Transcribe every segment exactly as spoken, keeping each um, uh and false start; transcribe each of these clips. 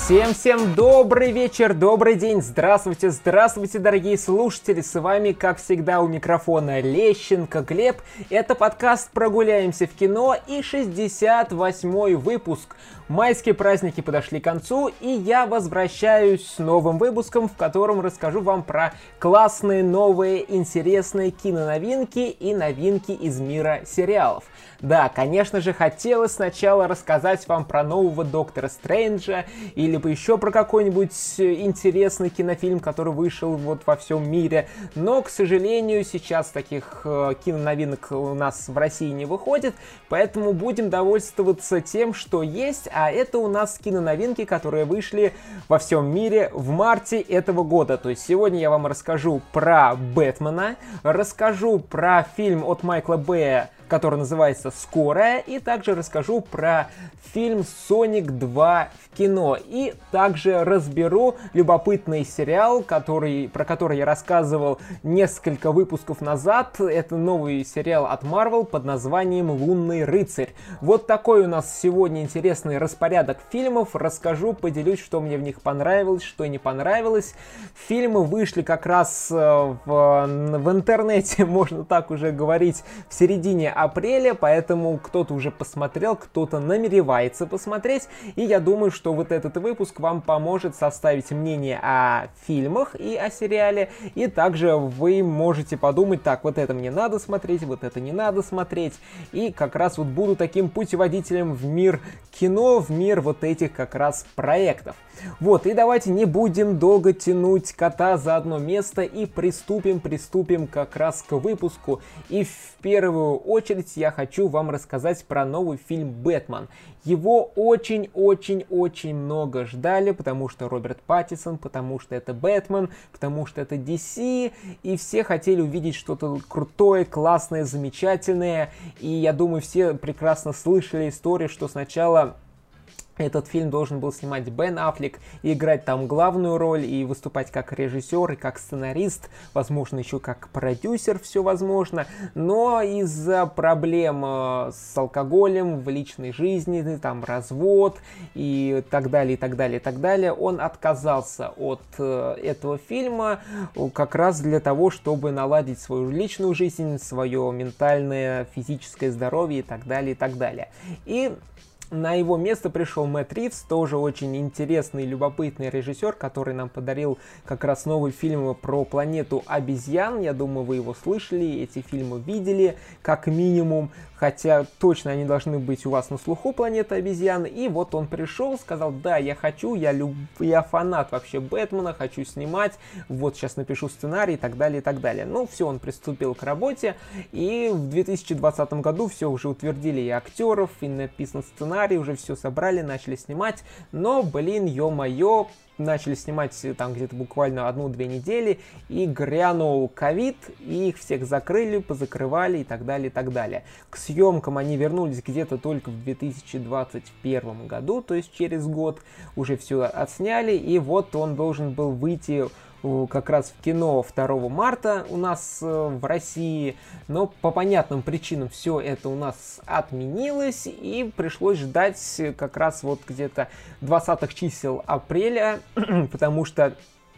Всем-всем добрый вечер, добрый день, здравствуйте, здравствуйте, дорогие слушатели, с вами, как всегда, у микрофона Лещенко Глеб. Это подкаст «Прогуляемся в кино» и шестьдесят восьмой выпуск. Майские праздники подошли к концу, и я возвращаюсь с новым выпуском, в котором расскажу вам про классные, новые, интересные киноновинки и новинки из мира сериалов. Да, конечно же, хотелось сначала рассказать вам про нового Доктора Стрэнджа, или бы еще про какой-нибудь интересный кинофильм, который вышел вот во всем мире, но, к сожалению, сейчас таких э, киноновинок у нас в России не выходит, поэтому будем довольствоваться тем, что есть, а это у нас киноновинки, которые вышли во всем мире в марте этого года. То есть сегодня я вам расскажу про Бэтмена, расскажу про фильм от Майкла Бэя, который называется «Скорая», и также расскажу про фильм «Соник два» в кино. И также разберу любопытный сериал, который, про который я рассказывал несколько выпусков назад. Это новый сериал от Marvel под названием «Лунный рыцарь». Вот такой у нас сегодня интересный распорядок фильмов. Расскажу, поделюсь, что мне в них понравилось, что не понравилось. Фильмы вышли как раз в, в интернете, можно так уже говорить, в середине апреля, поэтому кто-то уже посмотрел, кто-то намеревается посмотреть, и я думаю, что вот этот выпуск вам поможет составить мнение о фильмах и о сериале, и также вы можете подумать, так, вот это мне надо смотреть, вот это не надо смотреть, и как раз вот буду таким путеводителем в мир кино, в мир вот этих как раз проектов. Вот, и давайте не будем долго тянуть кота за одно место и приступим, приступим как раз к выпуску. И в первую очередь я хочу вам рассказать про новый фильм «Бэтмен». Его очень-очень-очень много ждали, потому что Роберт Паттинсон, потому что это Бэтмен, потому что это ди си, и все хотели увидеть что-то крутое, классное, замечательное. И я думаю, все прекрасно слышали историю, что сначала этот фильм должен был снимать Бен Аффлек и играть там главную роль, и выступать как режиссер, и как сценарист, возможно, еще как продюсер, все возможно. Но из-за проблем с алкоголем в личной жизни, там развод и так далее, и так далее, и так далее, он отказался от этого фильма как раз для того, чтобы наладить свою личную жизнь, свое ментальное, физическое здоровье и так далее, и так далее. И на его место пришел Мэтт Ривз, тоже очень интересный и любопытный режиссер, который нам подарил как раз новый фильм про планету обезьян. Я думаю, вы его слышали, эти фильмы видели, как минимум. Хотя точно они должны быть у вас на слуху, «Планета обезьян». И вот он пришел, сказал, да, я хочу, я, люб... я фанат вообще Бэтмена, хочу снимать, вот сейчас напишу сценарий и так далее, и так далее. Ну, все, он приступил к работе, и в две тысячи двадцатом году все уже утвердили и актеров, и написан сценарий, уже все собрали, начали снимать, но, блин, ё-моё, начали снимать там где-то буквально одну-две недели, и грянул ковид, и их всех закрыли, позакрывали и так далее, и так далее. К съемкам они вернулись где-то только в две тысячи двадцать первом году, то есть через год уже все отсняли, и вот он должен был выйти как раз в кино второго марта у нас э, в России, но по понятным причинам все это у нас отменилось, и пришлось ждать как раз вот где-то двадцатых чисел апреля, потому что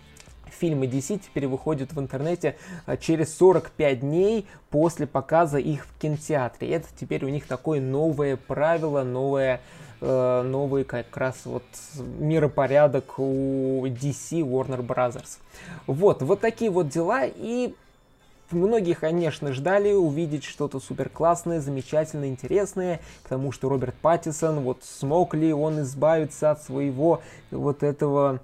фильмы ди си теперь выходят в интернете через сорок пять дней после показа их в кинотеатре. Это теперь у них такое новое правило, новое новый как раз вот миропорядок у ди си, Warner Brothers. Вот, вот такие вот дела, и многие, конечно, ждали увидеть что-то супер классное, замечательное, интересное, потому что Роберт Паттинсон, вот смог ли он избавиться от своего вот этого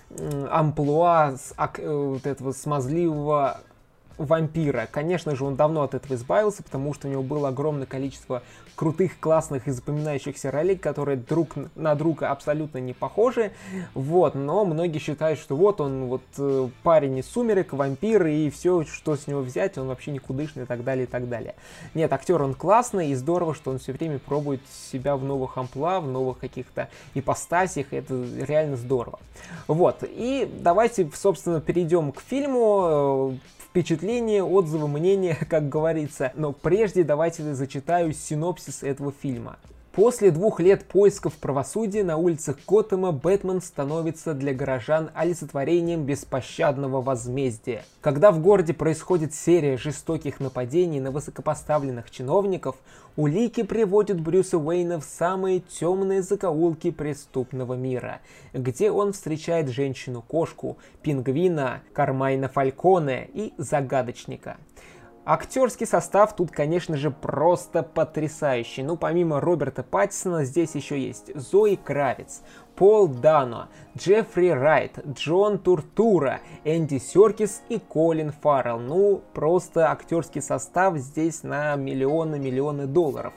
амплуа, вот этого смазливого вампира. Конечно же, он давно от этого избавился, потому что у него было огромное количество крутых, классных и запоминающихся ролей, которые друг на друга абсолютно не похожи. Вот, но многие считают, что вот он вот э, парень из «Сумерек», вампир, и все, что с него взять, он вообще никудышный и так далее, и так далее. Нет, актер он классный, и здорово, что он все время пробует себя в новых амплуа, в новых каких-то ипостасях, это реально здорово. Вот, и давайте, собственно, перейдем к фильму. Впечатления, отзывы, мнения, как говорится. Но прежде давайте зачитаю синопсис этого фильма. После двух лет поисков правосудия на улицах Готэма Бэтмен становится для горожан олицетворением беспощадного возмездия. Когда в городе происходит серия жестоких нападений на высокопоставленных чиновников, улики приводят Брюса Уэйна в самые темные закоулки преступного мира, где он встречает женщину-кошку, пингвина, Кармайна Фальконе и загадочника. Актерский состав тут, конечно же, просто потрясающий. Ну, помимо Роберта Паттинсона, здесь еще есть Зои Кравиц, Пол Дано, Джеффри Райт, Джон Туртура, Энди Серкис и Колин Фаррелл. Ну, просто актерский состав здесь на миллионы-миллионы долларов.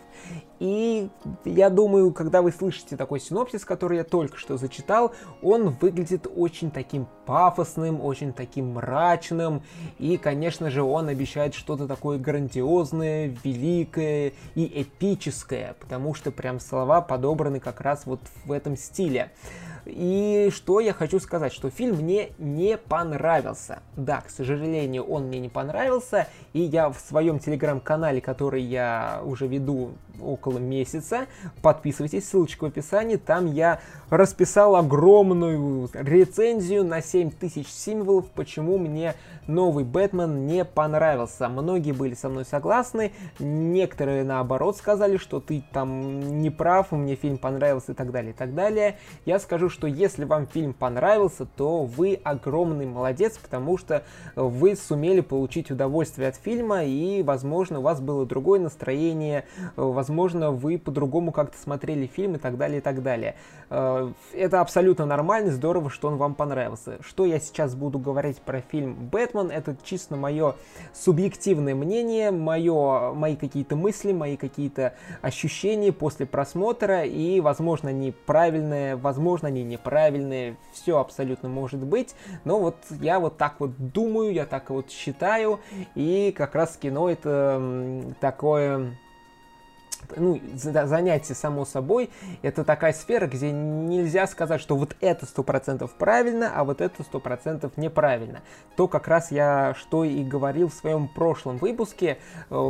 И я думаю, когда вы слышите такой синопсис, который я только что зачитал, он выглядит очень таким пафосным, очень таким мрачным. И, конечно же, он обещает что-то такое грандиозное, великое и эпическое, потому что прям слова подобраны как раз вот в этом стиле. И что я хочу сказать, что фильм мне не понравился. Да, к сожалению, он мне не понравился, и я в своем телеграм-канале, который я уже веду около месяца, подписывайтесь, ссылочка в описании, там я расписал огромную рецензию на семь тысяч символов, почему мне новый Бэтмен не понравился. Многие были со мной согласны, некоторые наоборот сказали, что ты там не прав, мне фильм понравился и так далее, и так далее. Я скажу, что если вам фильм понравился, то вы огромный молодец, потому что вы сумели получить удовольствие от фильма, и, возможно, у вас было другое настроение, возможно, вы по-другому как-то смотрели фильм и так далее, и так далее. Это абсолютно нормально, здорово, что он вам понравился. Что я сейчас буду говорить про фильм «Бэтмен», это чисто мое субъективное мнение, мое, мои какие-то мысли, мои какие-то ощущения после просмотра, и, возможно, они правильные, возможно, они неправильные, все абсолютно может быть, но вот я вот так вот думаю, я так вот считаю, и как раз кино это такое... Ну, занятие, само собой, это такая сфера, где нельзя сказать, что вот это сто процентов правильно, а вот это сто процентов неправильно. То как раз я что и говорил в своем прошлом выпуске,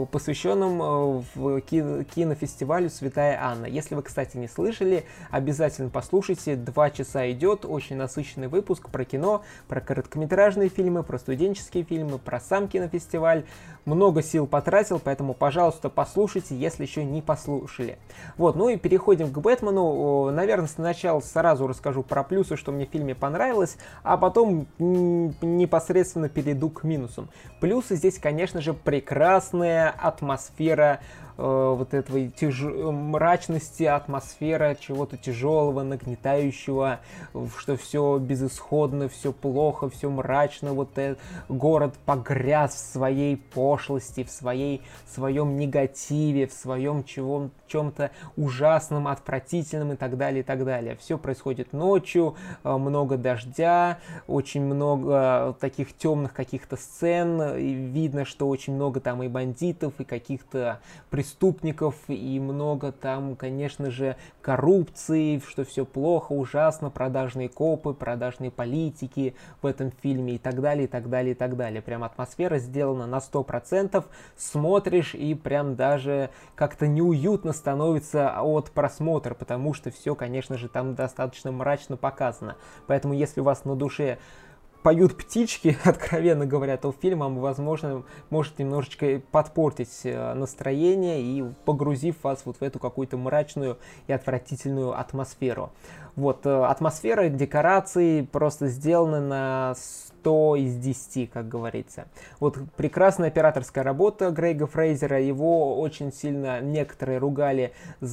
посвященном в кинофестивалю «Святая Анна». Если вы, кстати, не слышали, обязательно послушайте, два часа идет, очень насыщенный выпуск про кино, про короткометражные фильмы, про студенческие фильмы, про сам кинофестиваль. Много сил потратил, поэтому, пожалуйста, послушайте, если еще не послушали. Вот, ну и переходим к Бэтмену. Наверное, сначала сразу расскажу про плюсы, что мне в фильме понравилось, а потом непосредственно перейду к минусам. Плюсы здесь, конечно же, прекрасная атмосфера вот этой тяж... мрачности, атмосфера чего-то тяжелого, нагнетающего, что все безысходно, все плохо, все мрачно, вот этот город погряз в своей пошлости, в своей, в своем негативе, в своем чего, чем-то ужасном, отвратительном и так далее, и так далее. Все происходит ночью, много дождя, очень много таких темных каких-то сцен, и видно, что очень много там и бандитов, и каких-то преступников, преступников, и много там, конечно же, коррупции, что все плохо, ужасно, продажные копы, продажные политики в этом фильме и так далее, и так далее, и так далее. Прям атмосфера сделана на сто процентов, смотришь и прям даже как-то неуютно становится от просмотра, потому что все, конечно же, там достаточно мрачно показано. Поэтому, если у вас на душе поют птички, откровенно говоря, то фильм вам, возможно, может немножечко подпортить настроение и погрузив вас вот в эту какую-то мрачную и отвратительную атмосферу. Вот, атмосфера, декорации просто сделаны на сто из десяти, как говорится. Вот прекрасная операторская работа Грега Фрейзера, его очень сильно некоторые ругали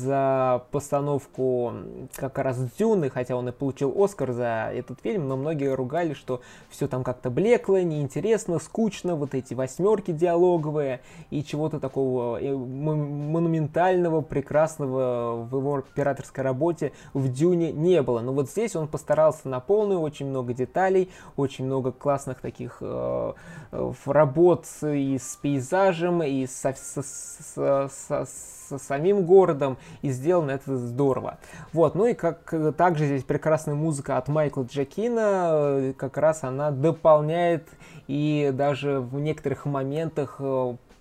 за постановку как раз Дюны, хотя он и получил Оскар за этот фильм, но многие ругали, что все там как-то блекло, неинтересно, скучно, вот эти восьмерки диалоговые и чего-то такого монументального, прекрасного в его операторской работе в Дюне не было. Но вот здесь он постарался на полную, очень много деталей, очень много классных таких э, работ и с пейзажем, и со, со, со, со, со самим городом, и сделано это здорово. Вот, ну и как также здесь прекрасная музыка от Майкла Джакина, как раз она дополняет и даже в некоторых моментах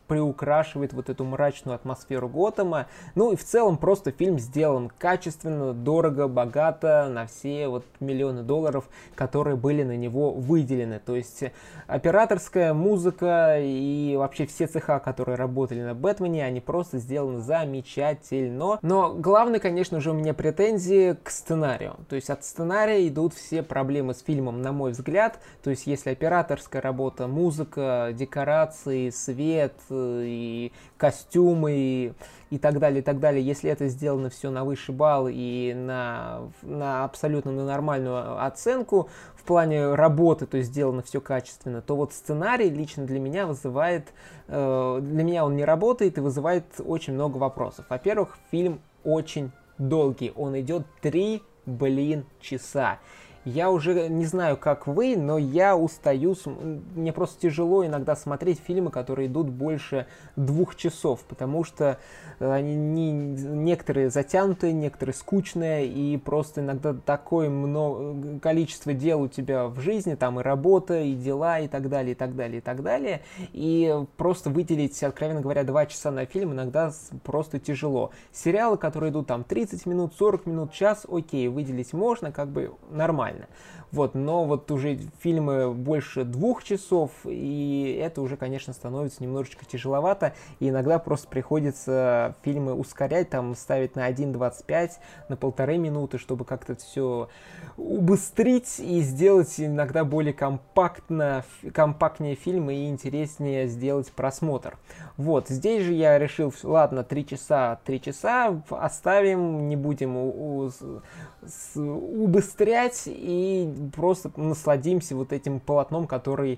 приукрашивает вот эту мрачную атмосферу Готэма. Ну и в целом просто фильм сделан качественно, дорого, богато, на все вот миллионы долларов, которые были на него выделены. То есть операторская музыка и вообще все цеха, которые работали на Бэтмене, они просто сделаны замечательно. Но главное, конечно же, у меня претензии к сценарию. То есть от сценария идут все проблемы с фильмом, на мой взгляд. То есть если операторская работа, музыка, декорации, свет и костюмы и, и так далее, и так далее, если это сделано все на высший балл и на, на абсолютно на нормальную оценку в плане работы, то есть сделано все качественно, то вот сценарий лично для меня вызывает, э, для меня он не работает и вызывает очень много вопросов. Во-первых, фильм очень долгий, он идет три, блин, часа. Я уже не знаю, как вы, но я устаю, мне просто тяжело иногда смотреть фильмы, которые идут больше двух часов, потому что они не, некоторые затянутые, некоторые скучные, и просто иногда такое много, количество дел у тебя в жизни, там и работа, и дела, и так далее, и так далее, и так далее, и просто выделить, откровенно говоря, два часа на фильм иногда просто тяжело. Сериалы, которые идут там тридцать минут, сорок минут, час, окей, выделить можно, как бы нормально. Вот, но вот уже фильмы больше двух часов, и это уже, конечно, становится немножечко тяжеловато, и иногда просто приходится фильмы ускорять, там, ставить на один двадцать пять, на полторы минуты, чтобы как-то все убыстрить и сделать иногда более компактно, компактнее фильмы и интереснее сделать просмотр. Вот, здесь же я решил, ладно, три часа, три часа, оставим, не будем у, у, с, убыстрять, и просто насладимся вот этим полотном, который,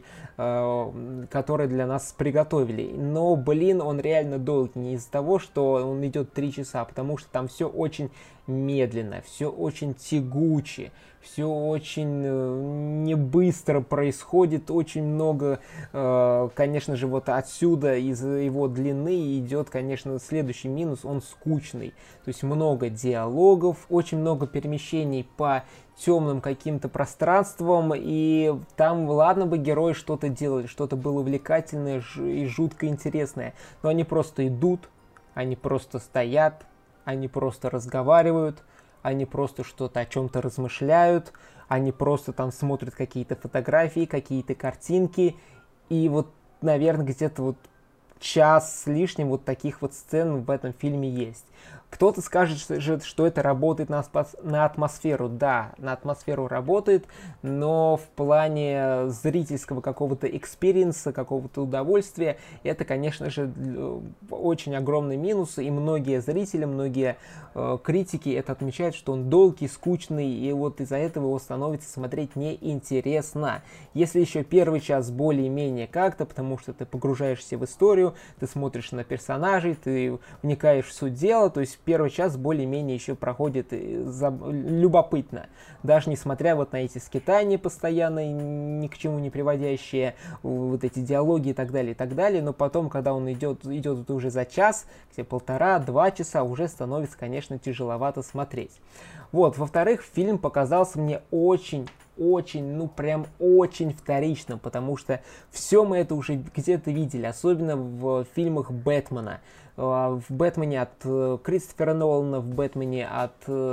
э, который для нас приготовили. Но, блин, он реально долгий не из-за того, что он идет три часа, потому что там все очень медленно, все очень тягуче, все очень э, не быстро происходит, очень много, э, конечно же, вот отсюда из-за его длины идет, конечно, следующий минус, он скучный. То есть много диалогов, очень много перемещений по темным каким-то пространствам, и там, ладно бы герои что-то делали, что-то было увлекательное и жутко интересное, но они просто идут, они просто стоят, они просто разговаривают, они просто что-то о чем-то размышляют, они просто там смотрят какие-то фотографии, какие-то картинки, и вот, наверное, где-то вот час с лишним вот таких вот сцен в этом фильме есть. Кто-то скажет, что, что это работает на, на атмосферу. Да, на атмосферу работает, но в плане зрительского какого-то экспириенса, какого-то удовольствия, это, конечно же, очень огромный минус, и многие зрители, многие э, критики это отмечают, что он долгий, скучный, и вот из-за этого его становится смотреть неинтересно. Если еще первый час более-менее как-то, потому что ты погружаешься в историю, ты смотришь на персонажей, ты вникаешь в суть дела, то есть первый час более-менее еще проходит любопытно. Даже несмотря вот на эти скитания постоянно, ни к чему не приводящие, вот эти диалоги и так далее, и так далее. Но потом, когда он идет, идет уже за час, где полтора-два часа, уже становится, конечно, тяжеловато смотреть. Вот, во-вторых, фильм показался мне очень очень, ну прям очень вторично, потому что все мы это уже где-то видели, особенно в фильмах Бэтмена. В Бэтмене от Кристофера Нолана, в Бэтмене от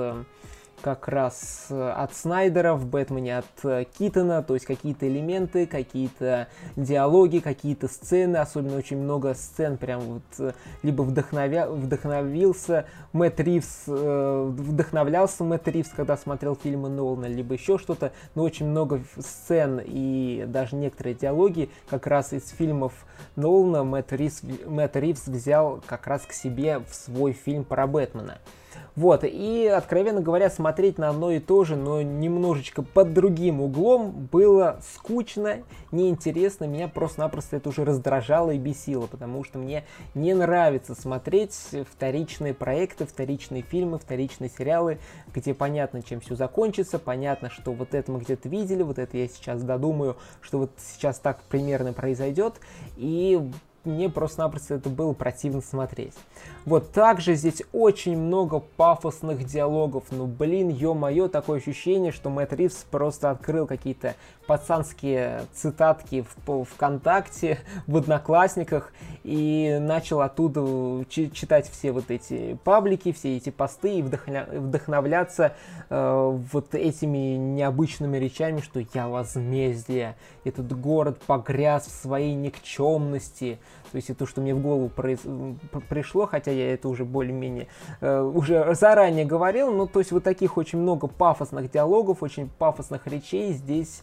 как раз от Снайдера, в Бэтмене от Китона, то есть какие-то элементы, какие-то диалоги, какие-то сцены, особенно очень много сцен, прям вот либо вдохновя... вдохновился Мэтт Ривз, э, вдохновлялся Мэтт Ривз, когда смотрел фильмы Нолана, либо еще что-то, но очень много сцен и даже некоторые диалоги как раз из фильмов Нолана Мэтт Ривз, Мэтт Ривз взял как раз к себе в свой фильм про Бэтмена. Вот, и, откровенно говоря, смотреть на одно и то же, но немножечко под другим углом было скучно, неинтересно, меня просто-напросто это уже раздражало и бесило, потому что мне не нравится смотреть вторичные проекты, вторичные фильмы, вторичные сериалы, где понятно, чем все закончится, понятно, что вот это мы где-то видели, вот это я сейчас додумаю, что вот сейчас так примерно произойдет, и мне просто-напросто это было противно смотреть. Вот, также здесь очень много пафосных диалогов. Ну, блин, ё-моё, такое ощущение, что Мэтт Ривз просто открыл какие-то пацанские цитатки в ВКонтакте, в Одноклассниках и начал оттуда читать все вот эти паблики, все эти посты и вдохня... вдохновляться э, вот этими необычными речами, что я возмездие, этот город погряз в своей никчемности. То есть это то, что мне в голову произ... пришло, хотя я это уже более-менее э, уже заранее говорил, но то есть вот таких очень много пафосных диалогов, очень пафосных речей здесь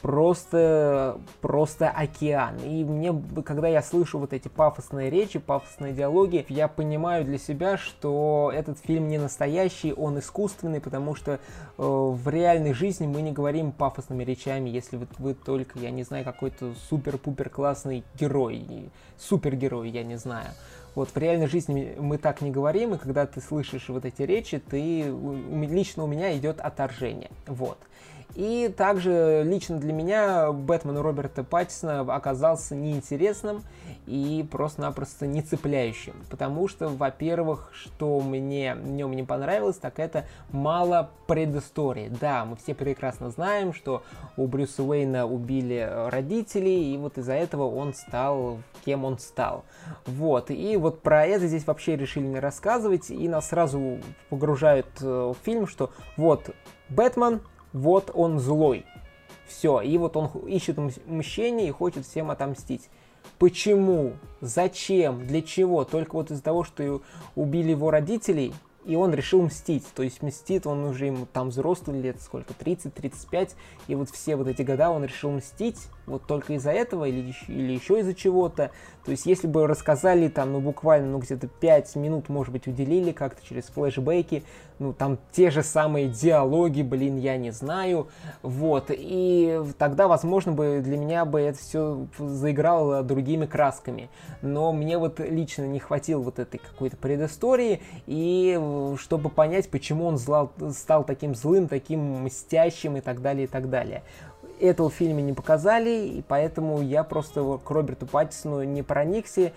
просто, просто океан. И мне, когда я слышу вот эти пафосные речи, пафосные диалоги, я понимаю для себя, что этот фильм не настоящий, он искусственный, потому что э, в реальной жизни мы не говорим пафосными речами, если вот вы только, я не знаю, какой-то супер-пупер классный герой, супергерой, я не знаю. Вот в реальной жизни мы так не говорим, и когда ты слышишь вот эти речи, ты, лично у меня идет отторжение. Вот. И также лично для меня Бэтмен Роберта Паттинсона оказался неинтересным и просто-напросто не цепляющим. Потому что, во-первых, что мне в нем не понравилось, так это мало предыстории. Да, мы все прекрасно знаем, что у Брюса Уэйна убили родителей, и вот из-за этого он стал кем он стал. Вот, и вот про это здесь вообще решили не рассказывать, и нас сразу погружают в фильм, что вот Бэтмен, вот он злой. Все, и вот он ищет мщение и хочет всем отомстить. Почему? Зачем? Для чего? Только вот из-за того, что убили его родителей, и он решил мстить. То есть мстит он уже ему там взрослый лет сколько? тридцать-тридцать пять. И вот все вот эти года он решил мстить. Вот только из-за этого или, или еще из-за чего-то. То есть если бы рассказали там, ну буквально, ну где-то пять минут, может быть, уделили как-то через флешбеки, ну там те же самые диалоги, блин, я не знаю. Вот. И тогда, возможно, бы для меня бы это все заиграло другими красками. Но мне вот лично не хватило вот этой какой-то предыстории. И чтобы понять, почему он зла, стал таким злым, таким мстящим и так далее, и так далее. Этого в фильме не показали, и поэтому я просто к Роберту Паттинсону не проникся,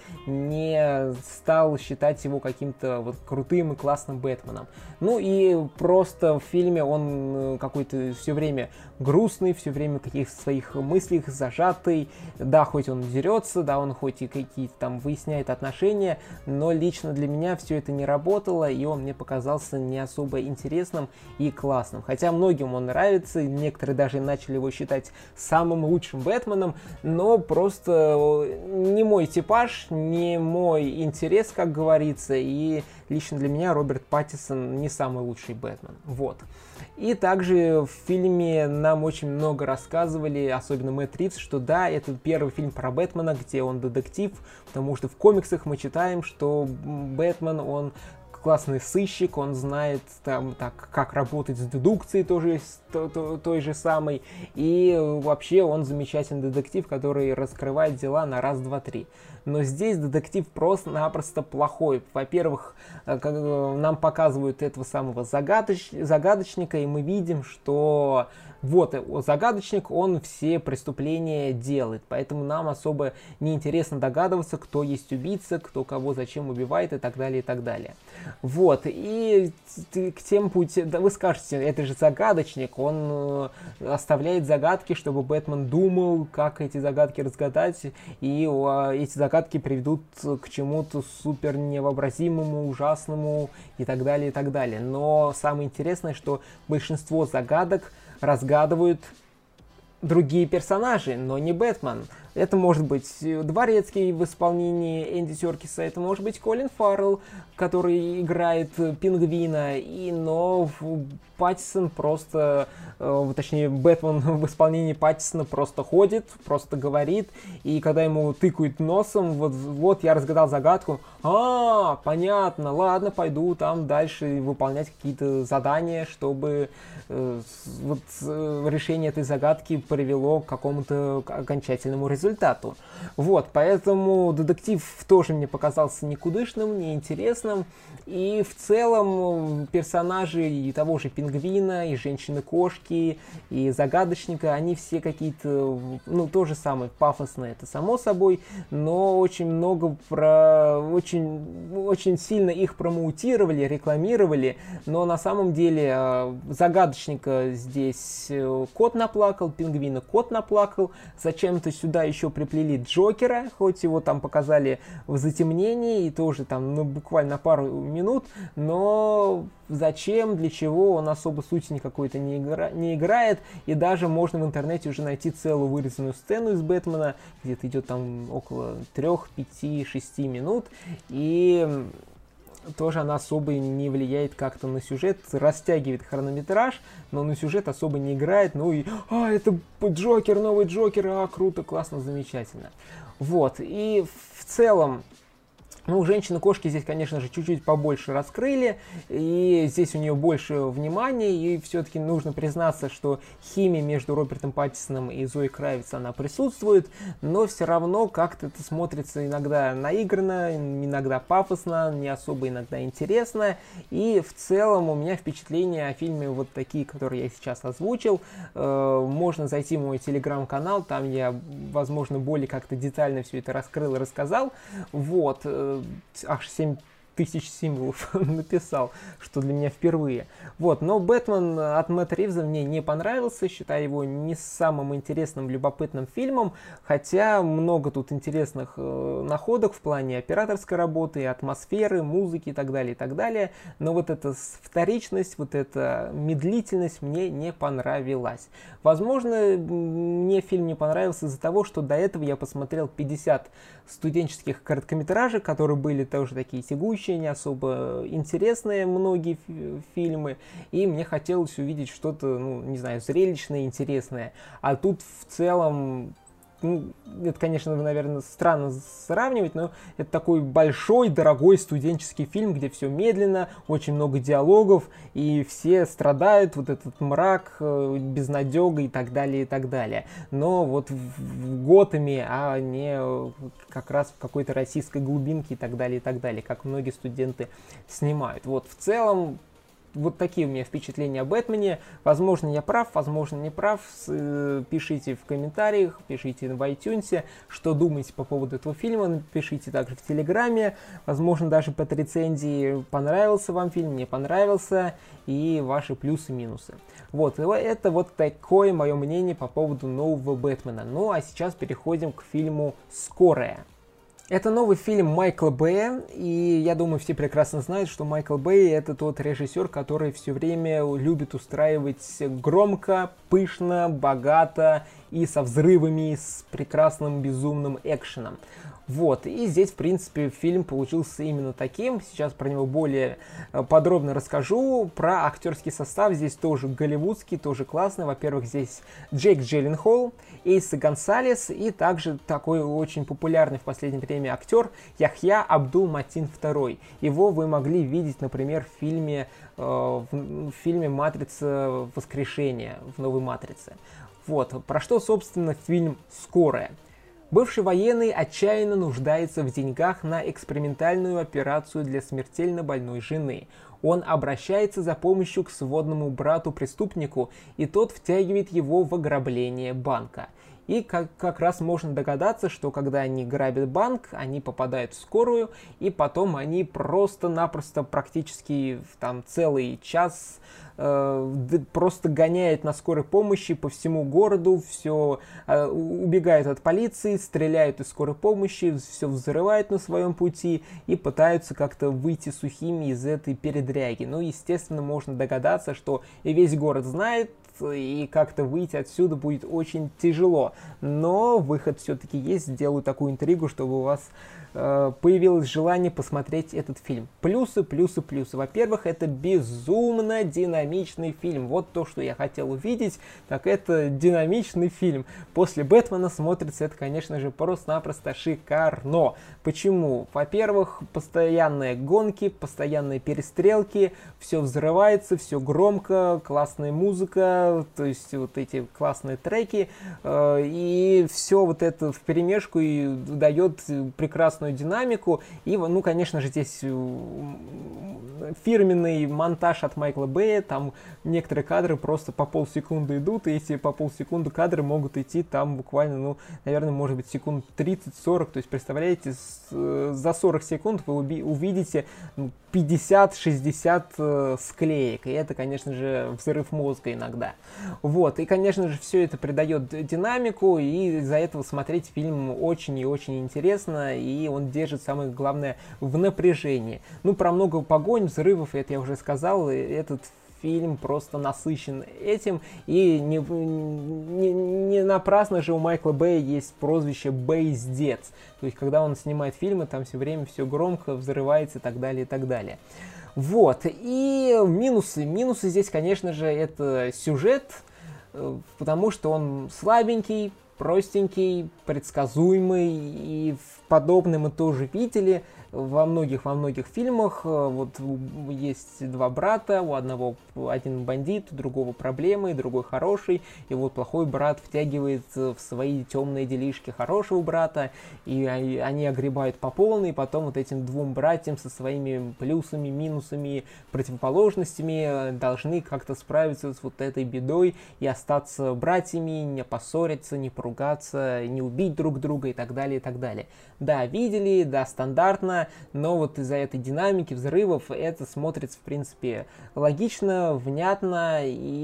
не стал считать его каким-то вот крутым и классным Бэтменом. Ну и просто в фильме он какой-то все время грустный, все время в каких-то своих мыслях зажатый. Да, хоть он дерется, да, он хоть и какие-то там выясняет отношения, но лично для меня все это не работало, и он мне показался не особо интересным и классным. Хотя многим он нравится, некоторые даже начали его считать самым лучшим Бэтменом, но просто не мой типаж, не мой интерес, как говорится, и лично для меня Роберт Паттинсон не самый лучший Бэтмен. Вот. И также в фильме нам очень много рассказывали, особенно Мэтт Ривз, что да, это первый фильм про Бэтмена, где он детектив, потому что в комиксах мы читаем, что Бэтмен, он классный сыщик, он знает там, так, как работать с дедукцией тоже, то, то, той же самой, и вообще он замечательный детектив, который раскрывает дела на раз, два, три. Но здесь детектив просто-напросто плохой. Во-первых, нам показывают этого самого загадоч... загадочника, и мы видим, что вот загадочник, он все преступления делает, поэтому нам особо не интересно догадываться, кто есть убийца, кто кого зачем убивает и так далее, и так далее. Вот, и к тем пути, да вы скажете, это же загадочник, он оставляет загадки, чтобы Бэтмен думал, как эти загадки разгадать, и эти загадки приведут к чему-то супер невообразимому, ужасному и так далее, и так далее. Но самое интересное, что большинство загадок разгадывают другие персонажи, но не Бэтмен. Это может быть Дворецкий в исполнении Энди Серкиса, это может быть Колин Фаррелл, который играет Пингвина, и, но Паттинсон просто, э, точнее Бэтмен в исполнении Паттинсона просто ходит, просто говорит, и когда ему тыкают носом, вот, вот я разгадал загадку, а, понятно, ладно, пойду там дальше выполнять какие-то задания, чтобы э, вот, э, решение этой загадки привело к какому-то окончательному результату. результату. Вот, поэтому детектив тоже мне показался никудышным, неинтересным, и в целом персонажи и того же Пингвина, и Женщины-кошки, и Загадочника, они все какие-то, ну, то же самое, пафосные, это само собой, но очень много про... очень, очень сильно их промоутировали, рекламировали, но на самом деле Загадочника здесь кот наплакал, Пингвина кот наплакал, зачем-то сюда еще приплели Джокера, хоть его там показали в затемнении, и тоже там, ну, буквально пару минут, но зачем, для чего, он особо сути никакой-то не, игра... не играет, и даже можно в интернете уже найти целую вырезанную сцену из Бэтмена, где-то идет там около трех, пяти, шести минут, и тоже она особо не влияет как-то на сюжет, растягивает хронометраж, но на сюжет особо не играет, ну и, а, это Джокер, новый Джокер, а, круто, классно, замечательно. Вот, и в целом, ну, Женщины-кошки здесь, конечно же, чуть-чуть побольше раскрыли, и здесь у нее больше внимания, и все-таки нужно признаться, что химия между Робертом Паттинсоном и Зоей Кравиц, она присутствует, но все равно как-то это смотрится иногда наигранно, иногда пафосно, не особо иногда интересно, и в целом у меня впечатления о фильме вот такие, которые я сейчас озвучил. Можно зайти в мой телеграм-канал, там я, возможно, более как-то детально все это раскрыл и рассказал, вот. Аж семь тысяч символов написал, что для меня впервые. Вот, но «Бэтмен» от Мэтта Ривза мне не понравился, считаю его не самым интересным, любопытным фильмом, хотя много тут интересных э, находок в плане операторской работы, атмосферы, музыки и так далее, и так далее, но вот эта вторичность, вот эта медлительность мне не понравилась. Возможно, мне фильм не понравился из-за того, что до этого я посмотрел пятьдесят студенческих короткометражек, которые были тоже такие тягучие, не особо интересные многие фи- фильмы, и мне хотелось увидеть что-то, ну, не знаю, зрелищное, интересное. А тут в целом, ну, это, конечно, наверное, странно сравнивать, но это такой большой, дорогой студенческий фильм, где все медленно, очень много диалогов, и все страдают, вот этот мрак, безнадега и так далее, и так далее. Но вот в Готэме, а не как раз в какой-то российской глубинке и так далее, и так далее, как многие студенты снимают. Вот в целом, вот такие у меня впечатления о Бэтмене. Возможно, я прав, возможно, не прав. Пишите в комментариях, пишите в iTunes, что думаете по поводу этого фильма. Пишите также в Телеграме. Возможно, даже под рецензией, понравился вам фильм, не понравился, и ваши плюсы и минусы. Вот, это вот такое мое мнение по поводу нового Бэтмена. Ну, а сейчас переходим к фильму «Скорая». Это новый фильм Майкла Бэя, и я думаю, все прекрасно знают, что Майкл Бэй — это тот режиссер, который все время любит устраивать громко, пышно, богато и со взрывами, с прекрасным безумным экшеном. Вот, и здесь, в принципе, фильм получился именно таким. Сейчас про него более подробно расскажу. Про актерский состав здесь тоже голливудский, тоже классный. Во-первых, здесь Джейк Джилленхол, Эйса Гонсалес и также такой очень популярный в последнее время актер Яхья Абдул-Матин второй. Его вы могли видеть, например, в фильме, э, в фильме «Матрица. Воскрешение», в новой «Матрице». Вот, про что, собственно, фильм «Скорая». Бывший военный отчаянно нуждается в деньгах на экспериментальную операцию для смертельно больной жены. Он обращается за помощью к сводному брату-преступнику, и тот втягивает его в ограбление банка. И как, как раз можно догадаться, что когда они грабят банк, они попадают в скорую, и потом они просто-напросто практически там целый час э, просто гоняют на скорой помощи по всему городу, все э, убегают от полиции, стреляют из скорой помощи, все взрывают на своем пути и пытаются как-то выйти сухими из этой передряги. Ну, естественно, можно догадаться, что и весь город знает, и как-то выйти отсюда будет очень тяжело. Но выход все-таки есть. Сделаю такую интригу, чтобы у вас э, появилось желание посмотреть этот фильм. Плюсы, плюсы, плюсы. Во-первых, это безумно динамично динамичный фильм. Вот то, что я хотел увидеть, так это динамичный фильм. После Бэтмена смотрится это, конечно же, просто-напросто шикарно. Почему? Во-первых, постоянные гонки, постоянные перестрелки, все взрывается, все громко, классная музыка, то есть вот эти классные треки, э, и все вот это вперемешку и дает прекрасную динамику. И, ну, конечно же, здесь фирменный монтаж от Майкла Бэя, там некоторые кадры просто по полсекунды идут, и эти по полсекунды кадры могут идти там буквально, ну, наверное, может быть, секунд тридцать-сорок, то есть, представляете, с, за сорок секунд вы увидите пятьдесят-шестьдесят э, склеек, и это, конечно же, взрыв мозга иногда. Вот, и, конечно же, все это придает динамику, и из-за этого смотреть фильм очень и очень интересно, и он держит, самое главное, в напряжении. Ну, про много погонь, взрывов, это я уже сказал, этот фильм просто насыщен этим, и не, не, не напрасно же у Майкла Бэя есть прозвище «Бэйздец», то есть когда он снимает фильмы, там все время все громко взрывается и так далее, и так далее. Вот, и минусы. Минусы здесь, конечно же, это сюжет, потому что он слабенький, простенький, предсказуемый, и подобное мы тоже видели во многих, во многих фильмах. Вот есть два брата, у одного один бандит, у другого проблемы, другой хороший, и вот плохой брат втягивает в свои темные делишки хорошего брата, и они огребают по полной, и потом вот этим двум братьям со своими плюсами, минусами, противоположностями должны как-то справиться с вот этой бедой и остаться братьями, не поссориться, не поругаться, не убить друг друга и так далее, и так далее. Да, видели, да, стандартно, но вот из-за этой динамики, взрывов, это смотрится, в принципе, логично, внятно,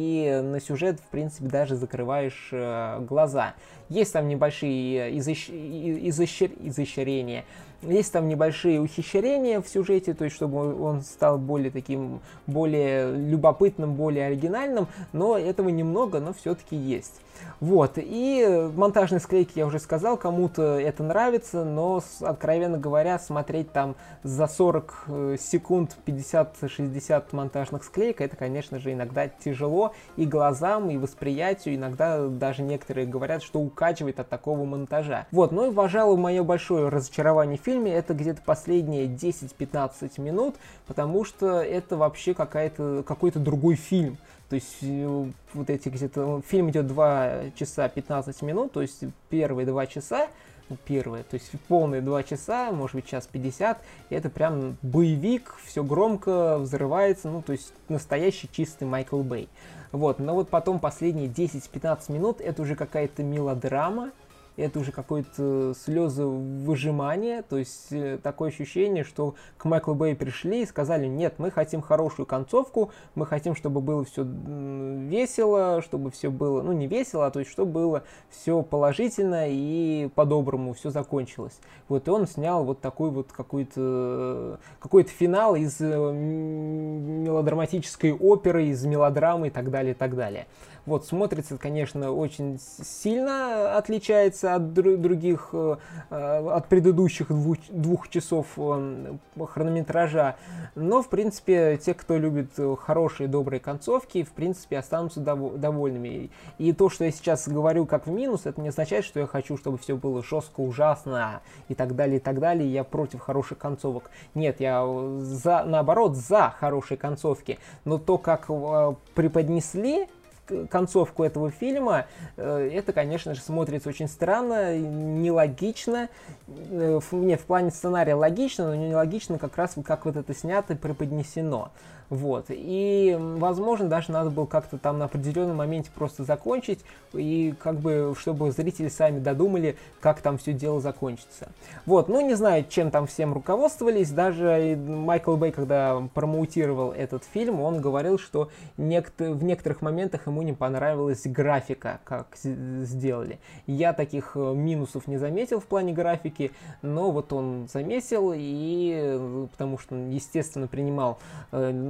и на сюжет, в принципе, даже закрываешь э, глаза. Есть там небольшие изощ... изощр... изощрения, есть там небольшие ухищрения в сюжете, то есть чтобы он стал более таким, более любопытным, более оригинальным, но этого немного, но все-таки есть. Вот, и монтажные склейки, я уже сказал, кому-то это нравится, но, откровенно говоря, смотреть там за сорок секунд пятьдесят-шестьдесят монтажных склеек, это, конечно же, иногда тяжело и глазам, и восприятию, иногда даже некоторые говорят, что укачивает от такого монтажа. Вот, ну и, пожалуй, мое большое разочарование в фильме, это где-то последние десять-пятнадцать минут, потому что это вообще какая-то, какой-то другой фильм. То есть вот эти где-то... Фильм идет два часа пятнадцать минут, то есть первые два часа, ну, первые, то есть полные два часа, может быть, час пятьдесят, и это прям боевик, все громко взрывается, ну, то есть настоящий чистый Майкл Бэй. Вот, но вот потом последние десять-пятнадцать минут это уже какая-то мелодрама, это уже какое-то слезовыжимание, то есть э, такое ощущение, что к Майклу Бэю пришли и сказали: нет, мы хотим хорошую концовку, мы хотим, чтобы было все весело, чтобы все было, ну не весело, а то есть чтобы было все положительно и по-доброму все закончилось. Вот и он снял вот такой вот какой-то какой-то финал из э, мелодраматической оперы, из мелодрамы и так далее, и так далее. Вот, смотрится, конечно, очень сильно отличается от других, от предыдущих двух, двух часов хронометража. Но, в принципе, те, кто любит хорошие, добрые концовки, в принципе, останутся довольными. И то, что я сейчас говорю как в минус, это не означает, что я хочу, чтобы все было жестко, ужасно и так далее, и так далее. Я против хороших концовок. Нет, я за, наоборот, за хорошие концовки. Но то, как преподнесли концовку этого фильма, это, конечно же, смотрится очень странно, нелогично. Нет, в плане сценария логично, но нелогично как раз как вот это снято и преподнесено. Вот. И, возможно, даже надо было как-то там на определенном моменте просто закончить, и как бы, чтобы зрители сами додумали, как там все дело закончится. Вот. Ну, не знаю, чем там всем руководствовались. Даже Майкл Бэй, когда промоутировал этот фильм, он говорил, что некто- в некоторых моментах ему не понравилась графика, как сделали. Я таких минусов не заметил в плане графики, но вот он заметил, и потому что он, естественно, принимал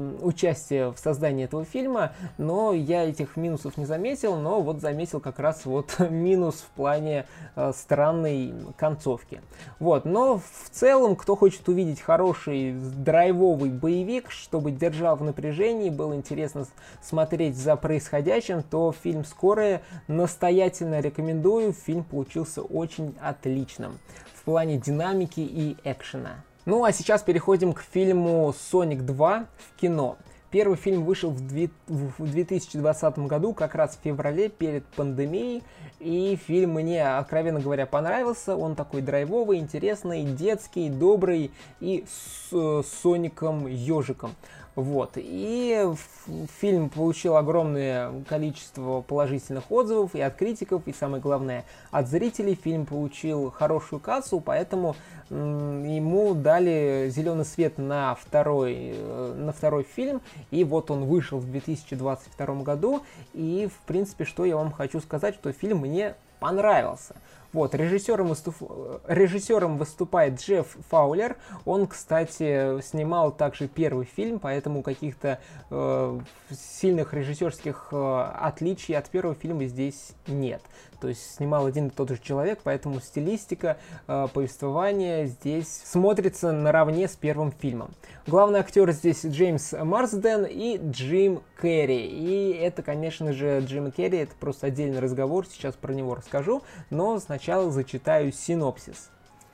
э, участие в создании этого фильма, но я этих минусов не заметил, но вот заметил как раз вот минус в плане э, странной концовки. Вот, но в целом, кто хочет увидеть хороший драйвовый боевик, чтобы держал в напряжении, было интересно смотреть за происходящим, то фильм «Скорая» настоятельно рекомендую. Фильм получился очень отличным в плане динамики и экшена. Ну а сейчас переходим к фильму «Соник два» в кино. Первый фильм вышел в две тысячи двадцатом году, как раз в феврале, перед пандемией, и фильм мне, откровенно говоря, понравился. Он такой драйвовый, интересный, детский, добрый и с Соником-ежиком. Вот. И фильм получил огромное количество положительных отзывов и от критиков, и самое главное, от зрителей. Фильм получил хорошую кассу, поэтому м, ему дали зеленый свет на второй, на второй фильм. И вот он вышел в две тысячи двадцать втором году. И, в принципе, что я вам хочу сказать, что фильм мне понравился. Вот, режиссером, выступ... режиссером выступает Джефф Фаулер. Он, кстати, снимал также первый фильм, поэтому каких-то э, сильных режиссерских э, отличий от первого фильма здесь нет. То есть снимал один и тот же человек, поэтому стилистика, э, повествование здесь смотрится наравне с первым фильмом. Главный актер здесь Джеймс Марсден и Джим Керри. И это, конечно же, Джим Керри, это просто отдельный разговор, сейчас про него расскажу, но сначала зачитаю синопсис.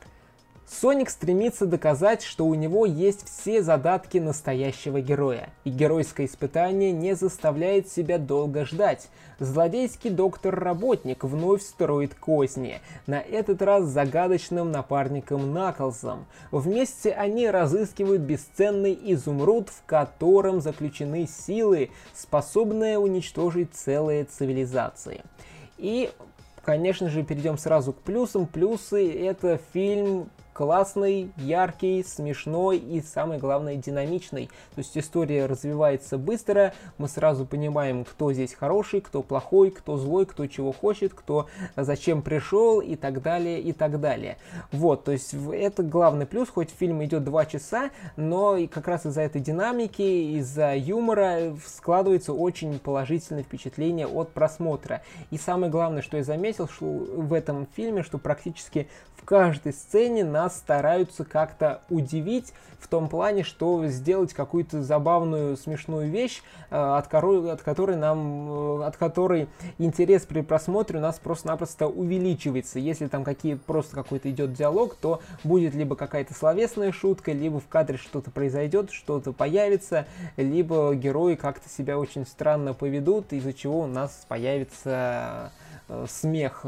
Соник стремится доказать, что у него есть все задатки настоящего героя, и геройское испытание не заставляет себя долго ждать. Злодейский доктор-работник вновь строит козни, на этот раз с загадочным напарником Наклзом. Вместе они разыскивают бесценный изумруд, в котором заключены силы, способные уничтожить целые цивилизации. И, конечно же, перейдем сразу к плюсам. Плюсы — это фильм классный, яркий, смешной и, самое главное, динамичный. То есть история развивается быстро, мы сразу понимаем, кто здесь хороший, кто плохой, кто злой, кто чего хочет, кто зачем пришел и так далее, и так далее. Вот, то есть это главный плюс, хоть фильм идет два часа, но и как раз из-за этой динамики, из-за юмора складывается очень положительное впечатление от просмотра. И самое главное, что я заметил что в этом фильме, что практически в каждой сцене нас стараются как-то удивить в том плане, что сделать какую-то забавную, смешную вещь, от которой, от которой нам, от которой интерес при просмотре у нас просто-напросто увеличивается. Если там какие, просто какой-то идет диалог, то будет либо какая-то словесная шутка, либо в кадре что-то произойдет, что-то появится, либо герои как-то себя очень странно поведут, из-за чего у нас появится смех,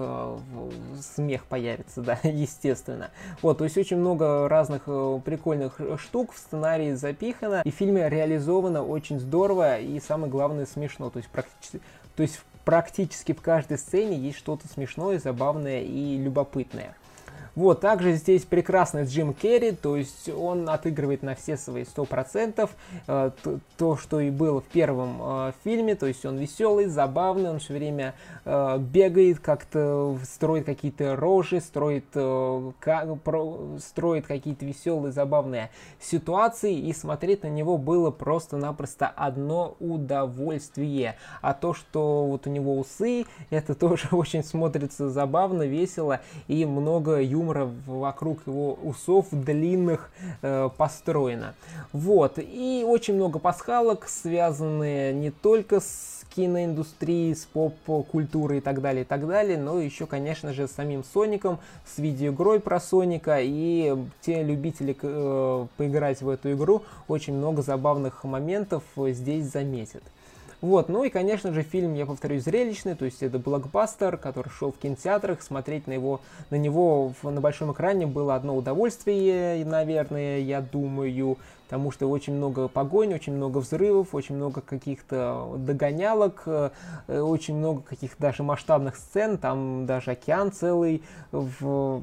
смех появится, да, естественно. Вот, то есть очень много разных прикольных штук в сценарии запихано, и в фильме реализовано очень здорово и, самое главное, смешно. То есть практически, то есть практически в каждой сцене есть что-то смешное, забавное и любопытное. Вот, также здесь прекрасный Джим Керри, то есть он отыгрывает на все свои сто процентов э, то, то, что и было в первом э, фильме, то есть он веселый, забавный, он все время э, бегает, как-то строит какие-то рожи, строит, э, как, про, строит какие-то веселые, забавные ситуации, и смотреть на него было просто-напросто одно удовольствие. А то, что вот у него усы, это тоже очень смотрится забавно, весело и много юмора вокруг его усов длинных э, построено. Вот. И очень много пасхалок, связанные не только с киноиндустрией, с поп-культурой и так далее, и так далее, но еще, конечно же, с самим Соником, с видеоигрой про Соника, и те любители э, поиграть в эту игру очень много забавных моментов здесь заметят. Вот, ну и, конечно же, фильм, я повторюсь, зрелищный, то есть это блокбастер, который шел в кинотеатрах, смотреть на, его, на него в, на большом экране было одно удовольствие, наверное, я думаю, потому что очень много погонь, очень много взрывов, очень много каких-то догонялок, очень много каких-то даже масштабных сцен, там даже океан целый в...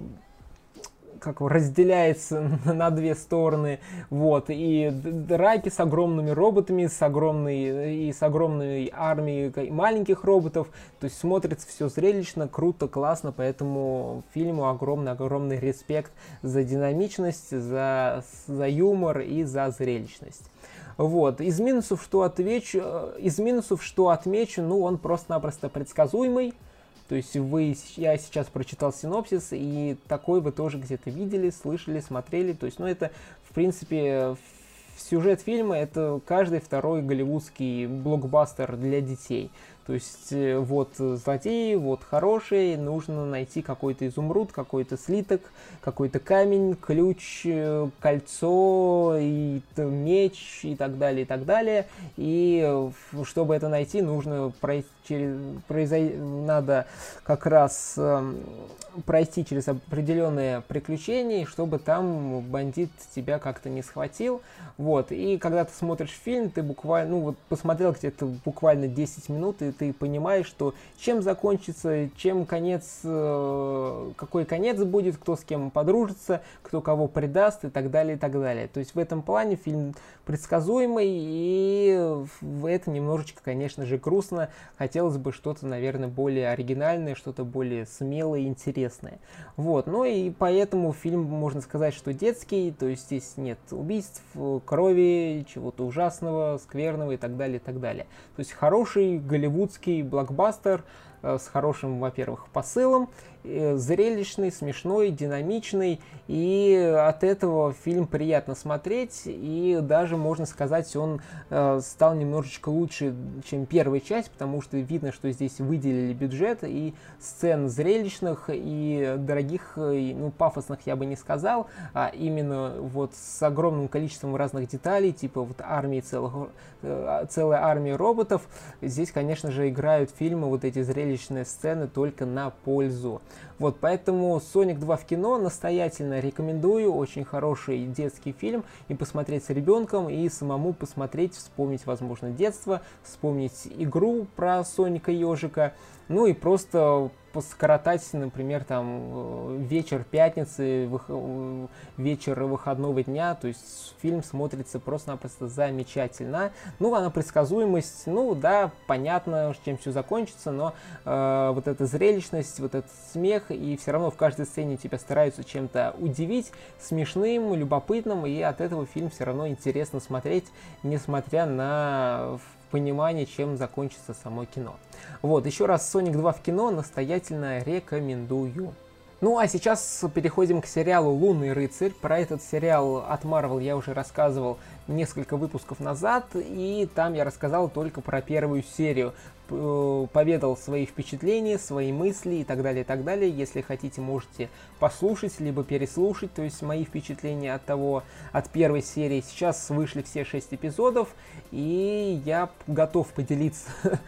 как разделяется на две стороны, вот, и драки с огромными роботами, с огромной, и с огромной армией маленьких роботов, то есть смотрится все зрелищно, круто, классно, поэтому фильму огромный-огромный респект за динамичность, за, за юмор и за зрелищность. Вот. Из минусов, что отвечу, из минусов, что отмечу, ну, он просто-напросто предсказуемый. То есть вы, я сейчас прочитал синопсис, и такой вы тоже где-то видели, слышали, смотрели. То есть, ну, это, в принципе, сюжет фильма — это каждый второй голливудский блокбастер для детей. То есть вот злодеи, вот хорошие, нужно найти какой-то изумруд, какой-то слиток, какой-то камень, ключ, кольцо, и меч и так далее, и так далее. И чтобы это найти, нужно пройти через, произой, надо как раз э, пройти через определенные приключения, чтобы там бандит тебя как-то не схватил. Вот. И когда ты смотришь фильм, ты буквально, ну вот посмотрел где-то буквально десять минут, и ты понимаешь, что чем закончится, чем конец, э, какой конец будет, кто с кем подружится, кто кого предаст и так далее, и так далее. То есть в этом плане фильм предсказуемый, и в этом немножечко, конечно же, грустно. Хотелось бы что-то, наверное, более оригинальное, что-то более смелое и интересное. Вот, ну и поэтому фильм, можно сказать, что детский, то есть здесь нет убийств, крови, чего-то ужасного, скверного и так далее, и так далее. То есть хороший голливудский блокбастер с хорошим, во-первых, посылом, зрелищный, смешной, динамичный, и от этого фильм приятно смотреть, и даже, можно сказать, он э, стал немножечко лучше, чем первая часть, потому что видно, что здесь выделили бюджет, и сцен зрелищных, и дорогих, и, ну, пафосных я бы не сказал, а именно вот с огромным количеством разных деталей, типа вот армии целых, э, целая армия роботов. Здесь, конечно же, играют фильмы, вот эти зрелищные сцены только на пользу. Вот, поэтому «Соник два» в кино настоятельно рекомендую. Очень хороший детский фильм. И посмотреть с ребенком, и самому посмотреть, вспомнить, возможно, детство, вспомнить игру про Соника Ежика. Ну и просто поскоротать, например, там вечер пятницы, вечер выходного дня. То есть фильм смотрится просто-напросто замечательно. Ну, а на предсказуемость, ну да, понятно, чем все закончится, но э, вот эта зрелищность, вот этот смех, и все равно в каждой сцене тебя стараются чем-то удивить, смешным, любопытным, и от этого фильм все равно интересно смотреть, несмотря на понимание, чем закончится само кино. Вот, еще раз, «Соник два» в кино настоятельно рекомендую. Ну а сейчас переходим к сериалу «Лунный рыцарь». Про этот сериал от Marvel я уже рассказывал несколько выпусков назад, и там я рассказал только про первую серию. Поведал свои впечатления, свои мысли и так далее, и так далее. Если хотите, можете послушать, либо переслушать, то есть мои впечатления от того, от первой серии. Сейчас вышли все шесть эпизодов, и я готов поделиться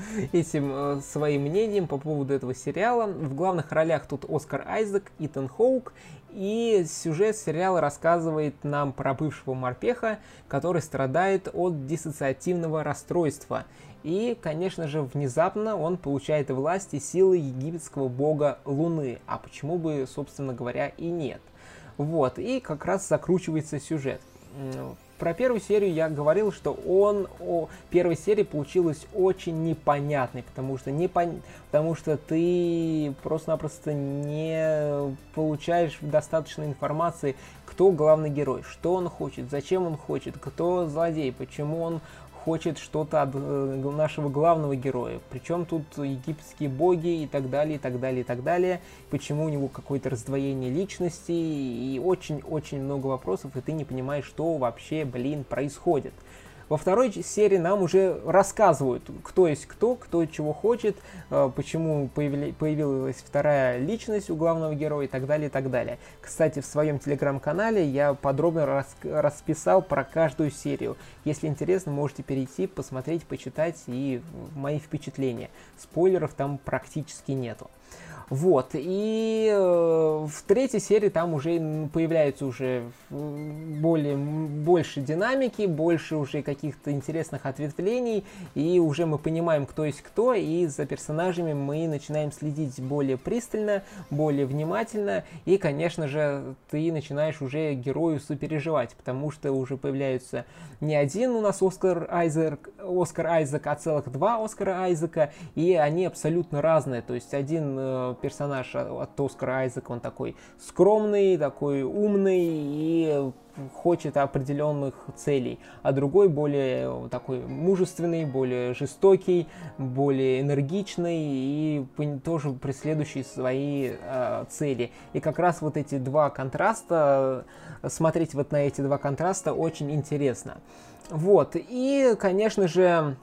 этим своим мнением по поводу этого сериала. В главных ролях тут Оскар Айзек, Итан Хоук, и сюжет сериала рассказывает нам про бывшего морпеха, который страдает от диссоциативного расстройства. И, конечно же, внезапно он получает власть и силы египетского бога Луны. А почему бы, собственно говоря, и нет. Вот, и как раз закручивается сюжет. Про первую серию я говорил, что он о первой серии получилась очень непонятной, потому что, не пон... потому что ты просто-напросто не получаешь достаточно информации, кто главный герой, что он хочет, зачем он хочет, кто злодей, почему он хочет что-то от нашего главного героя. Причем тут египетские боги и так далее, и так далее, и так далее. Почему у него какое-то раздвоение личности и очень-очень много вопросов, и ты не понимаешь, что вообще, блин, происходит. Во второй серии нам уже рассказывают, кто есть кто, кто чего хочет, почему появилась вторая личность у главного героя и так далее, и так далее. Кстати, в своем телеграм-канале я подробно рас расписал про каждую серию. Если интересно, можете перейти, посмотреть, почитать и мои впечатления. Спойлеров там практически нету. Вот, и э, в третьей серии там уже появляется уже более, больше динамики, больше уже каких-то интересных ответвлений, и уже мы понимаем, кто есть кто, и за персонажами мы начинаем следить более пристально, более внимательно, и, конечно же, ты начинаешь уже герою сопереживать, потому что уже появляются не один у нас Оскар Айзек, Оскар Айзек, а целых два Оскара Айзека, и они абсолютно разные, то есть один э, э, персонаж от Оскара Айзека, он такой скромный, такой умный и хочет определенных целей, а другой более такой мужественный, более жестокий, более энергичный и тоже преследующий свои э, цели. И как раз вот эти два контраста, смотреть вот на эти два контраста очень интересно. Вот, и, конечно же,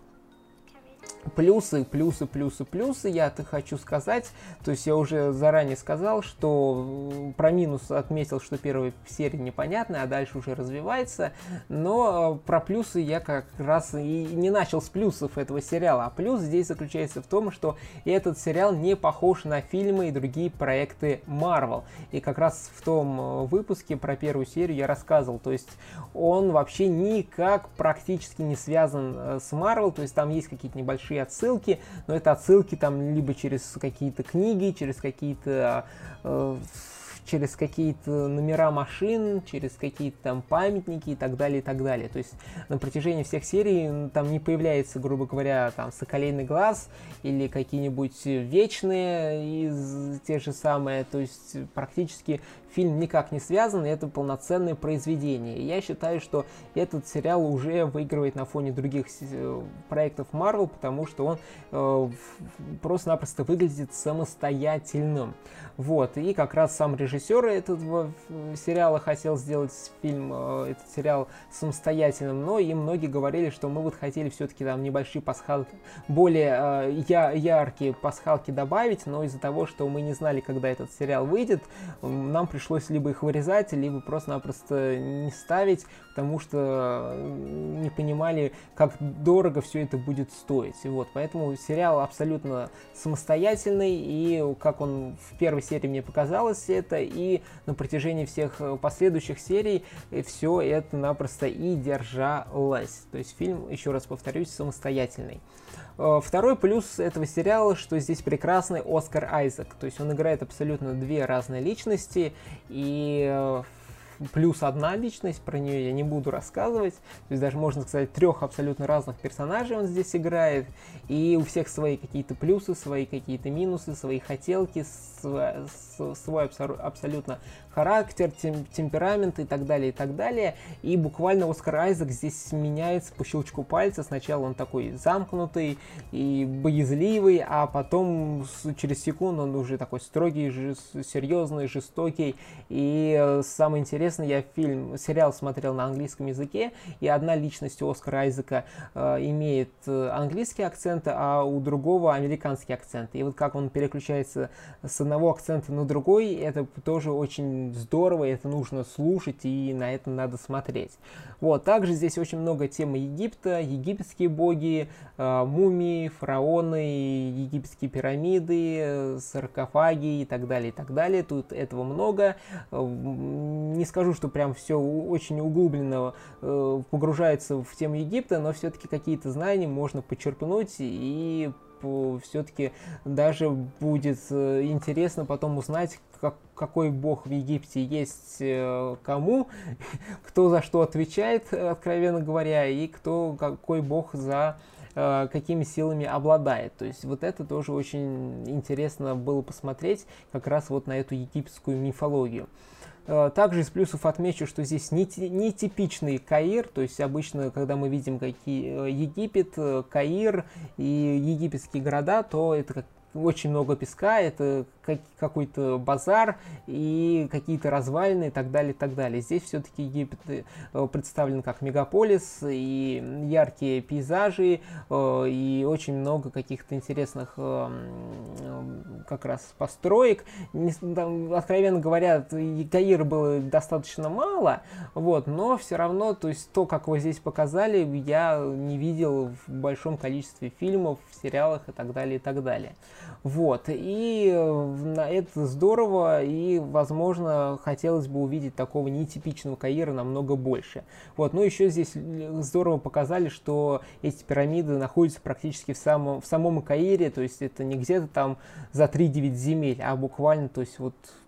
плюсы, плюсы, плюсы, плюсы, я-то хочу сказать, то есть я уже заранее сказал, что про минус отметил, что первая серия непонятная, а дальше уже развивается, но про плюсы я как раз и не начал с плюсов этого сериала, а плюс здесь заключается в том, что этот сериал не похож на фильмы и другие проекты Marvel, и как раз в том выпуске про первую серию я рассказывал, то есть он вообще никак практически не связан с Marvel, то есть там есть какие-то небольшие отсылки, но это отсылки там либо через какие-то книги, через какие-то э, через какие-то номера машин, через какие-то там памятники и так далее, и так далее. То есть на протяжении всех серий там не появляется, грубо говоря, там Соколиный глаз или какие-нибудь вечные из те же самые. То есть практически фильм никак не связан, и это полноценное произведение. И я считаю, что этот сериал уже выигрывает на фоне других проектов Marvel, потому что он э, просто-напросто выглядит самостоятельным. Вот, и как раз сам режиссер этого сериала хотел сделать фильм, э, этот сериал самостоятельным, но и многие говорили, что мы вот хотели все-таки там небольшие пасхалки, более э, я, яркие пасхалки добавить, но из-за того, что мы не знали, когда этот сериал выйдет, нам пришлось Пришлось либо их вырезать, либо просто-напросто не ставить, потому что не понимали, как дорого все это будет стоить. Вот, поэтому сериал абсолютно самостоятельный, и как он в первой серии мне показалось это, и на протяжении всех последующих серий все это напросто и держалось. То есть фильм, еще раз повторюсь, самостоятельный. Второй плюс этого сериала, что здесь прекрасный Оскар Айзек. То есть он играет абсолютно две разные личности, и плюс одна личность, про нее я не буду рассказывать. То есть даже можно сказать, трех абсолютно разных персонажей он здесь играет, и у всех свои какие-то плюсы, свои какие-то минусы, свои хотелки, свой, свой абсолютно характер, тем, темперамент и так далее, и так далее. И буквально Оскар Айзек здесь меняется по щелчку пальца. Сначала он такой замкнутый и боязливый, а потом через секунду он уже такой строгий, серьезный, жестокий. И самое интересное, я фильм, сериал смотрел на английском языке, и одна личность у Оскара Айзека э, имеет английский акцент, а у другого американский акцент. И вот как он переключается с одного акцента на другой, это тоже очень здорово, это нужно слушать, и на это надо смотреть. Вот, также здесь очень много темы Египта, египетские боги, э, мумии, фараоны, египетские пирамиды, саркофаги и так далее, и так далее. Тут этого много. Не скажу, что прям все очень углубленно э, погружается в тему Египта, но все-таки какие-то знания можно почерпнуть, и все-таки даже будет э, интересно потом узнать, как, какой бог в Египте есть э, кому, кто за что отвечает, откровенно говоря, и кто, какой бог за э, какими силами обладает. То есть вот это тоже очень интересно было посмотреть как раз вот на эту египетскую мифологию. Также из плюсов отмечу, что здесь нетипичный Каир, то есть обычно, когда мы видим какие Египет, Каир и египетские города, то это как очень много песка, это какой-то базар и какие-то развалины и так далее, и так далее. Здесь все-таки Египет представлен как мегаполис, и яркие пейзажи, и очень много каких-то интересных как раз построек. Откровенно говоря, Каира было достаточно мало, вот, но все равно, то есть то, как его здесь показали, я не видел в большом количестве фильмов, сериалах и так далее, и так далее. Вот, и это здорово, и, возможно, хотелось бы увидеть такого нетипичного Каира намного больше. Вот, ну еще здесь здорово показали, что эти пирамиды находятся практически в самом, в самом Каире, то есть это не где-то там за три девять земель, а буквально, то есть вот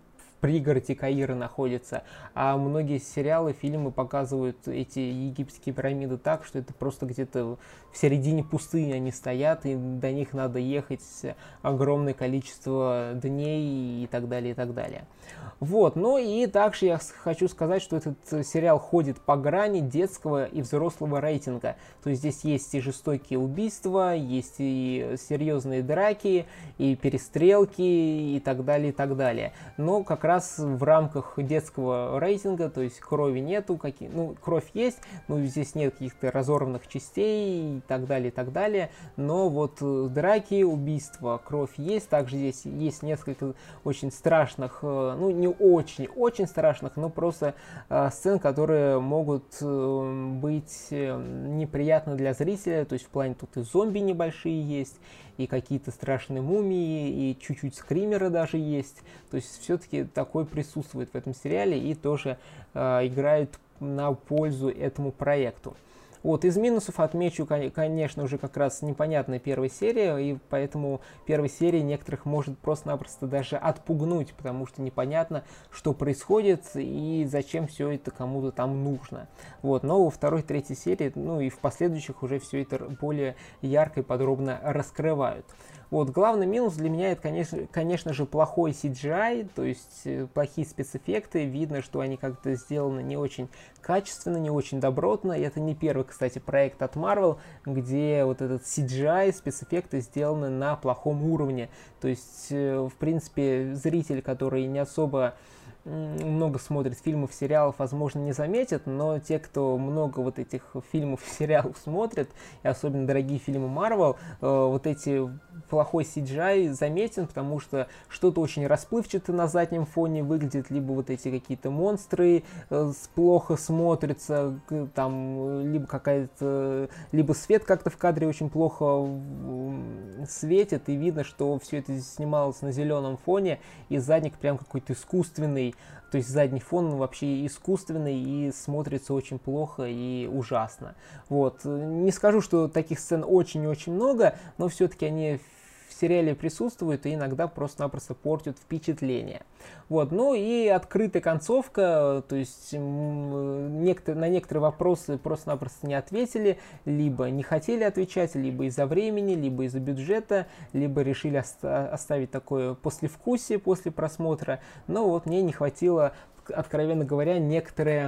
пригороде Каира находится, а многие сериалы, фильмы показывают эти египетские пирамиды так, что это просто где-то в середине пустыни они стоят, и до них надо ехать огромное количество дней и так далее, и так далее. Вот, ну и также я хочу сказать, что этот сериал ходит по грани детского и взрослого рейтинга. То есть здесь есть и жестокие убийства, есть и серьезные драки, и перестрелки, и так далее, и так далее. Но как раз в рамках детского рейтинга, то есть крови нету, какие, ну, кровь есть, но здесь нет каких-то разорванных частей, и так далее, и так далее. Но вот драки, убийства, кровь есть. Также здесь есть несколько очень страшных, ну, не очень-очень страшных, но просто э, сцен, которые могут э, быть э, неприятны для зрителя. То есть в плане тут и зомби небольшие есть, и какие-то страшные мумии, и чуть-чуть скримеры даже есть. То есть все-таки такое присутствует в этом сериале и тоже э, играет на пользу этому проекту. Вот, из минусов отмечу, конечно, уже как раз непонятная первая серия, и поэтому первая серия некоторых может просто-напросто даже отпугнуть, потому что непонятно, что происходит и зачем все это кому-то там нужно. Вот, но во второй, третьей серии, ну и в последующих уже все это более ярко и подробно раскрывают. Вот, главный минус для меня это, конечно, конечно же, плохой си джи ай, то есть э, плохие спецэффекты. Видно, что они как-то сделаны не очень качественно, не очень добротно. И это не первый, кстати, проект от Marvel, где вот этот си джи ай, спецэффекты сделаны на плохом уровне. То есть, э, в принципе, зритель, который не особо много смотрит фильмов, сериалов, возможно, не заметит, но те, кто много вот этих фильмов и сериалов смотрит, и особенно дорогие фильмы Marvel, э, вот эти плохой си джи ай заметен, потому что что-то очень расплывчато на заднем фоне выглядит, либо вот эти какие-то монстры э, плохо смотрятся, там, либо какая-то, либо свет как-то в кадре очень плохо светит, и видно, что все это снималось на зеленом фоне, и задник прям какой-то искусственный. То есть задний фон вообще искусственный и смотрится очень плохо и ужасно. Вот. Не скажу, что таких сцен очень-очень много, но все-таки они в сериале присутствуют и иногда просто-напросто портят впечатление. Вот. Ну и открытая концовка, то есть некотор- на некоторые вопросы просто-напросто не ответили, либо не хотели отвечать, либо из-за времени, либо из-за бюджета, либо решили оста- оставить такое послевкусие после просмотра. Но вот мне не хватило, откровенно говоря, некоторые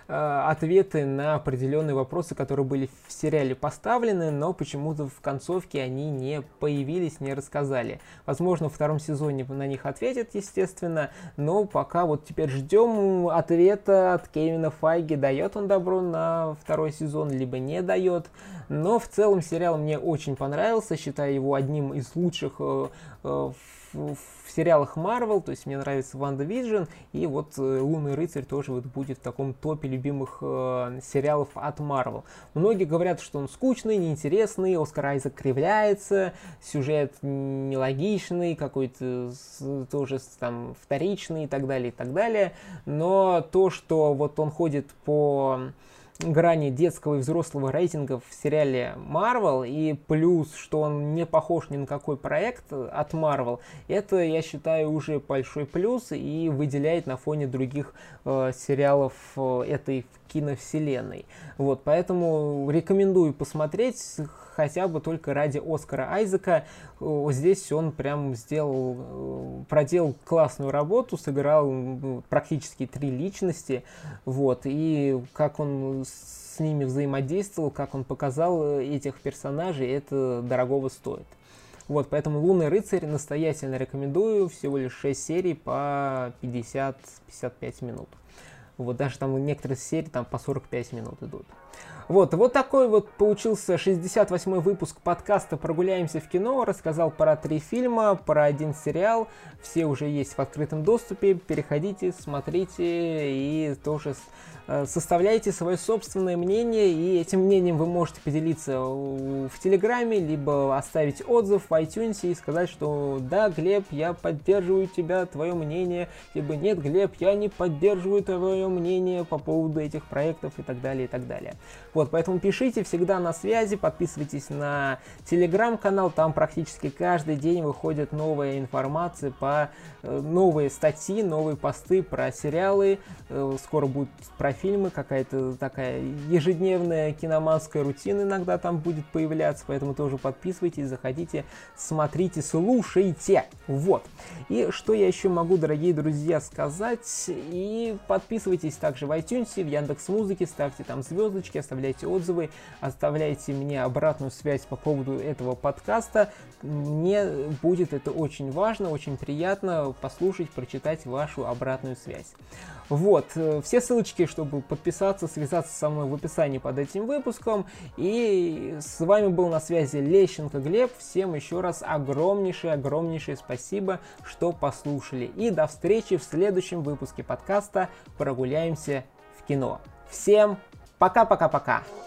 ответы на определенные вопросы, которые были в сериале поставлены, но почему-то в концовке они не появились, не рассказали. Возможно, во втором сезоне на них ответят, естественно, но пока вот теперь ждем ответа от Кевина Файги, дает он добро на второй сезон, либо не дает. Но в целом сериал мне очень понравился, считаю его одним из лучших э, э, в, в сериалах Marvel, то есть мне нравится Ванда Вижн, и вот э, Лунный рыцарь тоже вот будет в таком топе любимых э, сериалов от Marvel. Многие говорят, что он скучный, неинтересный, Оскар Айзек кривляется, сюжет нелогичный, какой-то тоже там вторичный и так далее, и так далее. Но то, что вот он ходит по грани детского и взрослого рейтинга в сериале Marvel, и плюс, что он не похож ни на какой проект от Marvel, это, я считаю, уже большой плюс и выделяет на фоне других э, сериалов э, этой киновселенной. Вот, поэтому рекомендую посмотреть, хотя бы только ради Оскара Айзека. Здесь он прям сделал, проделал классную работу, сыграл практически три личности, вот, и как он с ними взаимодействовал, как он показал этих персонажей, это дорогого стоит. Вот, поэтому «Лунный рыцарь» настоятельно рекомендую, всего лишь шесть серий по пятьдесят — пятьдесят пять минут. Вот, даже там некоторые серии там по сорок пять минут идут. Вот, вот такой вот получился шестьдесят восьмой выпуск подкаста «Прогуляемся в кино». Рассказал про три фильма, про один сериал. Все уже есть в открытом доступе. Переходите, смотрите и тоже э, составляйте свое собственное мнение. И этим мнением вы можете поделиться в Телеграме, либо оставить отзыв в iTunes и сказать, что да, Глеб, я поддерживаю тебя, твое мнение. Либо нет, Глеб, я не поддерживаю твое мнение по поводу этих проектов и так далее, и так далее. Вот. Вот, поэтому пишите, всегда на связи, подписывайтесь на телеграм-канал, там практически каждый день выходит новая информация, по э, новые статьи, новые посты про сериалы, э, скоро будут про фильмы, какая-то такая ежедневная киноманская рутина иногда там будет появляться, поэтому тоже подписывайтесь, заходите, смотрите, слушайте. Вот. И что я еще могу, дорогие друзья, сказать? И подписывайтесь также в iTunes, в Яндекс.Музыке, ставьте там звездочки, оставляйте отзывы, оставляйте мне обратную связь по поводу этого подкаста. Мне будет это очень важно, очень приятно послушать, прочитать вашу обратную связь. Вот, все ссылочки, чтобы подписаться, связаться со мной в описании под этим выпуском. И с вами был на связи Лещенко Глеб. Всем еще раз огромнейшее-огромнейшее спасибо, что послушали. И до встречи в следующем выпуске подкаста «Прогуляемся в кино». Всем пока-пока-пока!